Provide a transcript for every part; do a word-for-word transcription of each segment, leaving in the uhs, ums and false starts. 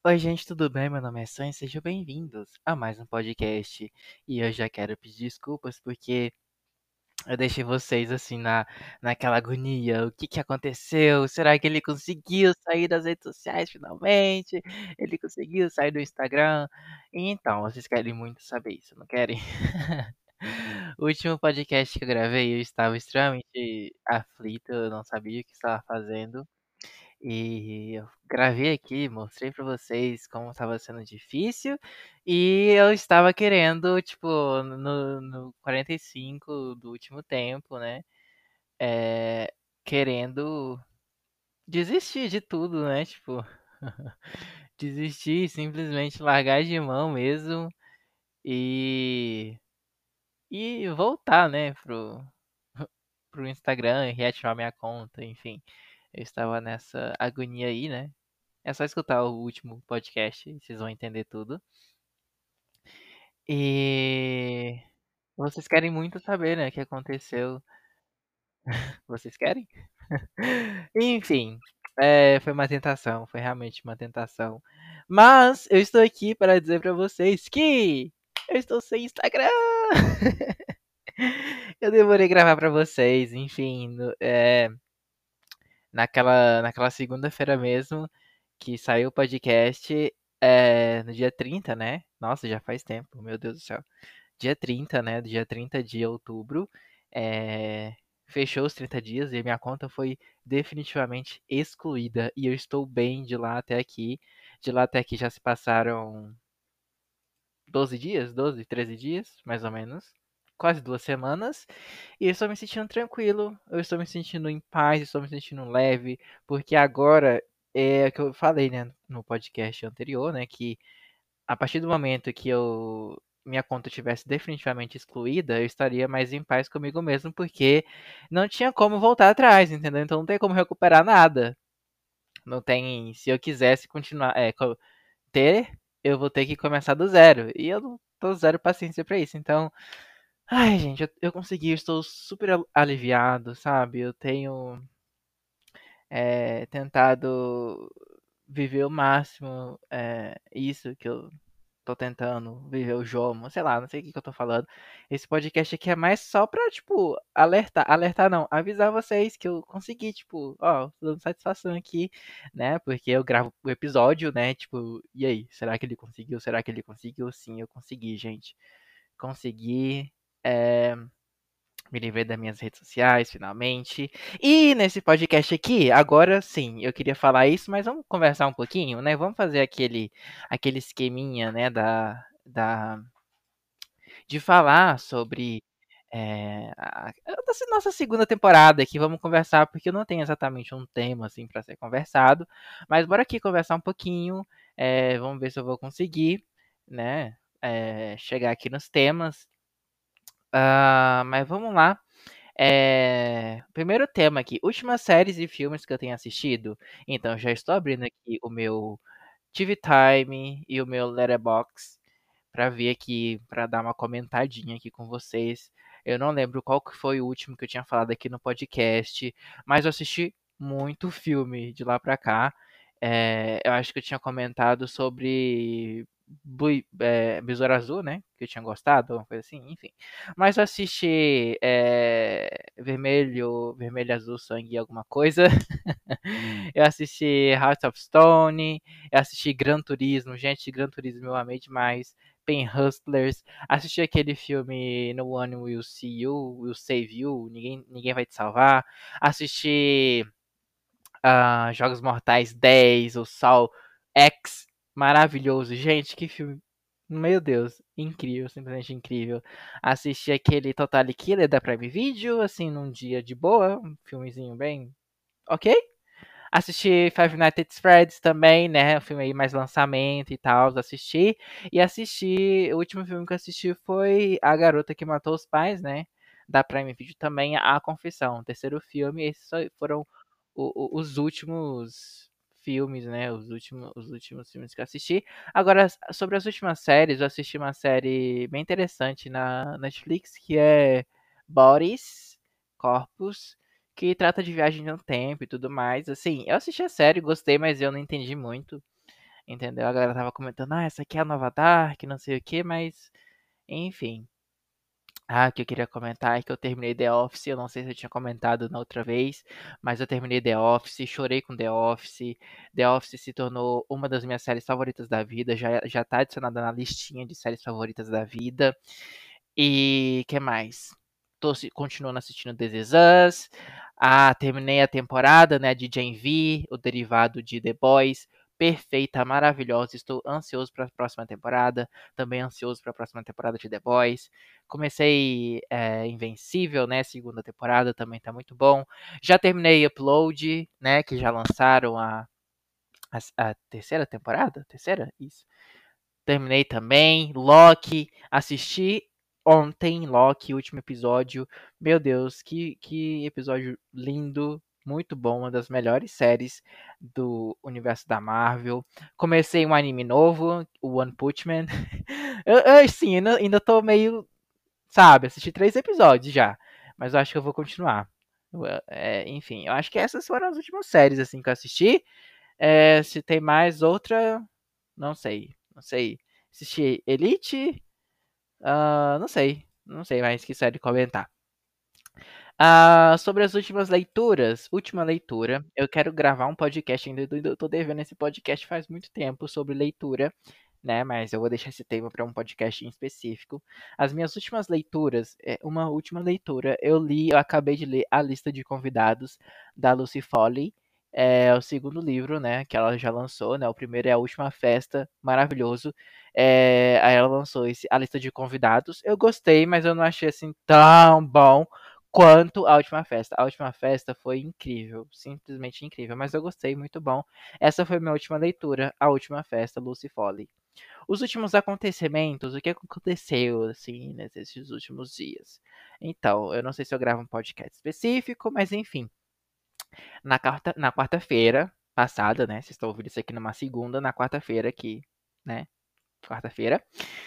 Oi, gente, tudo bem? Meu nome é Sam e sejam bem-vindos a mais um podcast. E eu já quero pedir desculpas porque eu deixei vocês assim na, naquela agonia. O que que aconteceu? Será que ele conseguiu sair das redes sociais finalmente? Ele conseguiu sair do Instagram? E então, vocês querem muito saber isso, não querem? O último podcast que eu gravei, eu estava extremamente aflito, eu não sabia o que estava fazendo. E eu gravei aqui, mostrei pra vocês como estava sendo difícil e eu estava querendo, tipo, no, no quarenta e cinco do último tempo, né? É, querendo desistir de tudo, né? Tipo, desistir, simplesmente largar de mão mesmo e, e voltar, né, pro, pro Instagram e reativar minha conta, enfim. Eu estava nessa agonia aí, né? É só escutar o último podcast, vocês vão entender tudo. E vocês querem muito saber, né, o que aconteceu. Vocês querem? Enfim, é, foi uma tentação, foi realmente uma tentação. Mas eu estou aqui para dizer para vocês que eu estou sem Instagram. Eu demorei gravar para vocês, enfim, no- é, naquela, naquela segunda-feira mesmo que saiu o podcast, é, no dia trinta, né? Nossa, já faz tempo, meu Deus do céu. Dia trinta, né? Dia trinta de outubro. É, fechou os trinta dias e minha conta foi definitivamente excluída. E eu estou bem de lá até aqui. De lá até aqui já se passaram doze dias, doze, treze dias, mais ou menos. Quase duas semanas. E eu estou me sentindo tranquilo, eu estou me sentindo em paz, estou me sentindo leve, porque agora é o que eu falei, né, no podcast anterior, né, que a partir do momento que eu minha conta tivesse definitivamente excluída, eu estaria mais em paz comigo mesmo, porque não tinha como voltar atrás, entendeu? Então não tem como recuperar nada. Não tem, se eu quisesse continuar, é, ter, eu vou ter que começar do zero. E eu não tô zero paciência pra isso. Então, ai, gente, eu, eu consegui, eu estou super aliviado, sabe? Eu tenho é, tentado viver o máximo é, isso que eu tô tentando viver o jogo, sei lá, não sei o que, que eu tô falando. Esse podcast aqui é mais só pra, tipo, alertar, alertar não, avisar vocês que eu consegui, tipo, ó, tô dando satisfação aqui, né? Porque eu gravo o episódio, né? Tipo, e aí, será que ele conseguiu? Será que ele conseguiu? Sim, eu consegui, gente. Consegui. É, me livrei das minhas redes sociais, finalmente. E nesse podcast aqui, agora sim, eu queria falar isso, mas vamos conversar um pouquinho, né? Vamos fazer aquele, aquele esqueminha, né, da, da, de falar sobre é, a, a nossa segunda temporada aqui. Vamos conversar, porque eu não tenho exatamente um tema, assim, para ser conversado. Mas bora aqui conversar um pouquinho. É, vamos ver se eu vou conseguir, né, é, chegar aqui nos temas. Ah, mas vamos lá. É, primeiro tema aqui, últimas séries e filmes que eu tenho assistido. Então, já estou abrindo aqui o meu T V Time e o meu Letterboxd para ver aqui, para dar uma comentadinha aqui com vocês. Eu não lembro qual que foi o último que eu tinha falado aqui no podcast, mas eu assisti muito filme de lá pra cá. É, eu acho que eu tinha comentado sobre Bui- é, Besouro Azul, né? Que eu tinha gostado, uma coisa assim, enfim. Mas eu assisti é, Vermelho, Vermelho, Azul, Sangue, alguma coisa. Eu assisti Heart of Stone, eu assisti Gran Turismo, gente, Gran Turismo eu amei demais. Pen Hustlers, assisti aquele filme No One Will See You, Will Save You, ninguém, ninguém vai te salvar. Assisti ah, Jogos Mortais dez, O Sol X, maravilhoso, gente, que filme, meu Deus, incrível, simplesmente incrível. Assisti aquele Totally Killer da Prime Video, assim, num dia de boa, um filmezinho bem ok. Assisti Five Nights at Freddy's também, né? O filme aí mais lançamento e tal, assisti. E assisti, o último filme que eu assisti foi A Garota que Matou os Pais, né? Da Prime Video também, A Confissão. O terceiro filme, esses só foram o- o- os últimos filmes, né? Os últimos, os últimos filmes que eu assisti. Agora, sobre as últimas séries, eu assisti uma série bem interessante na Netflix, que é Bodies, Corpos, que trata de viagem no tempo e tudo mais. Assim, eu assisti a série, gostei, mas eu não entendi muito. entendeu? A galera tava comentando, ah, essa aqui é a nova Dark, não sei o que, mas enfim. Ah, o que eu queria comentar é que eu terminei The Office, eu não sei se eu tinha comentado na outra vez, mas eu terminei The Office, chorei com The Office. The Office se tornou uma das minhas séries favoritas da vida, já, já tá adicionada na listinha de séries favoritas da vida. E que mais? Tô se- continuando assistindo This Is Us. Ah, terminei a temporada, né, de Gen V, o derivado de The Boys. Perfeita, maravilhosa. Estou ansioso para a próxima temporada. Também ansioso para a próxima temporada de The Boys. Comecei é, Invencível, né? Segunda temporada também tá muito bom. Já terminei Upload, né? Que já lançaram a, a, a terceira temporada? Terceira? Isso. Terminei também. Loki, assisti ontem Loki, último episódio. Meu Deus, que, que episódio lindo. Muito bom, uma das melhores séries do universo da Marvel. Comecei um anime novo, o One Punch Man. Eu, eu sim, ainda, ainda tô meio, sabe, assisti três episódios já. Mas eu acho que eu vou continuar. É, enfim, eu acho que essas foram as últimas séries assim que eu assisti. É, se tem mais outra, não sei. Não sei. Assisti Elite? Ah, não sei. Não sei mais que série comentar. Ah, sobre as últimas leituras. Última leitura. Eu quero gravar um podcast ainda. Eu tô devendo esse podcast faz muito tempo sobre leitura, né? Mas eu vou deixar esse tema para um podcast em específico. As minhas últimas leituras, é, uma última leitura, eu li, eu acabei de ler A Lista de Convidados da Lucy Foley. É o segundo livro, né, que ela já lançou, né? O primeiro é A Última Festa, maravilhoso. É, aí ela lançou esse A Lista de Convidados. Eu gostei, mas eu não achei assim tão bom quanto A Última Festa. A Última Festa foi incrível, simplesmente incrível, mas eu gostei, muito bom. Essa foi minha última leitura, A Última Festa, Lucy Foley. Os últimos acontecimentos, o que aconteceu, assim, nesses últimos dias? Então, eu não sei se eu gravo um podcast específico, mas enfim. Na quarta, na quarta-feira passada, né? Vocês estão ouvindo isso aqui numa segunda, na quarta-feira aqui, né? Quarta-feira.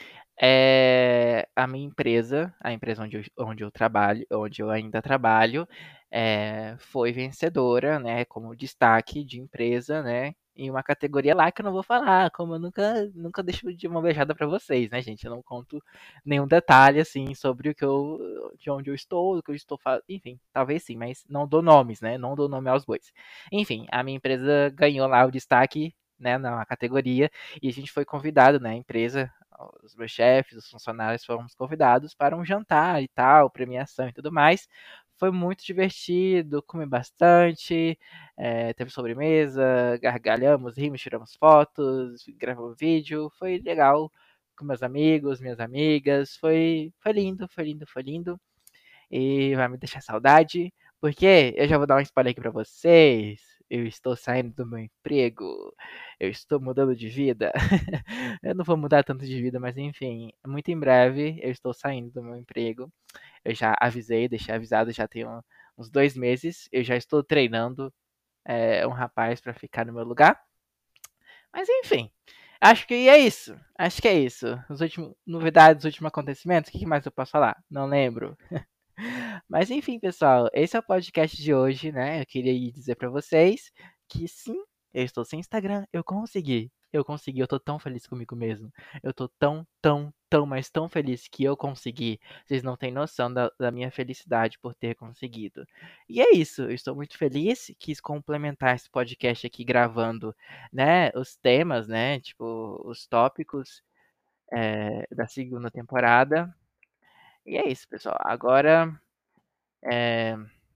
É, a minha empresa, a empresa onde eu, onde eu trabalho, onde eu ainda trabalho, é, foi vencedora, né, como destaque de empresa, né, em uma categoria lá que eu não vou falar, como eu nunca, nunca deixo de uma beijada para vocês, né, gente, eu não conto nenhum detalhe, assim, sobre o que eu, de onde eu estou, o que eu estou fazendo, enfim, talvez sim, mas não dou nomes, né, não dou nome aos bois. Enfim, a minha empresa ganhou lá o destaque, né, na categoria, e a gente foi convidado, né, a empresa, os meus chefes, os funcionários fomos convidados para um jantar e tal, premiação e tudo mais. Foi muito divertido, comi bastante, é, teve sobremesa, gargalhamos, rimos, tiramos fotos, gravamos vídeo, foi legal com meus amigos, minhas amigas, foi, foi lindo, foi lindo, foi lindo e vai me deixar saudade, porque eu já vou dar um spoiler aqui pra vocês. Eu estou saindo do meu emprego, eu estou mudando de vida. Eu não vou mudar tanto de vida, mas enfim, muito em breve eu estou saindo do meu emprego. Eu já avisei, deixei avisado, já tem um- uns dois meses. Eu já estou treinando é, um rapaz para ficar no meu lugar. Mas enfim, acho que é isso. Acho que é isso. Os últimos novidades, os últimos acontecimentos. O que mais eu posso falar? Não lembro. Mas enfim, pessoal, esse é o podcast de hoje, né? Eu queria ir dizer pra vocês que sim, eu estou sem Instagram, eu consegui. Eu consegui, eu tô tão feliz comigo mesmo. Eu tô tão, tão, tão, mas tão feliz que eu consegui. Vocês não têm noção da, da minha felicidade por ter conseguido. E é isso, eu estou muito feliz. Quis complementar esse podcast aqui gravando, né? Os temas, né? Tipo, os tópicos é, da segunda temporada. E é isso, pessoal. Agora. É,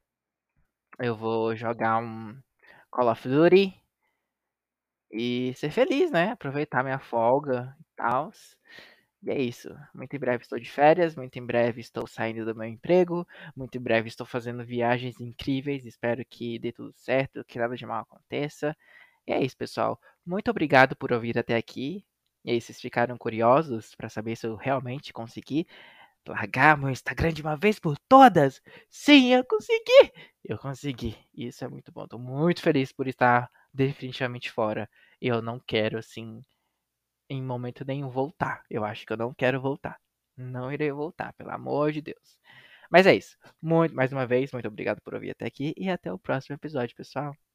eu vou jogar um Call of Duty e ser feliz, né? Aproveitar minha folga e tal. E é isso. Muito em breve estou de férias, muito em breve estou saindo do meu emprego, muito em breve estou fazendo viagens incríveis. Espero que dê tudo certo, que nada de mal aconteça. E é isso, pessoal. Muito obrigado por ouvir até aqui. E aí, vocês ficaram curiosos para saber se eu realmente consegui largar meu Instagram de uma vez por todas? Sim, eu consegui! Eu consegui. Isso é muito bom. Tô muito feliz por estar definitivamente fora. Eu não quero, assim, em momento nenhum voltar. Eu acho que eu não quero voltar. Não irei voltar, pelo amor de Deus. Mas é isso. Muito, mais uma vez, muito obrigado por ouvir até aqui e até o próximo episódio, pessoal.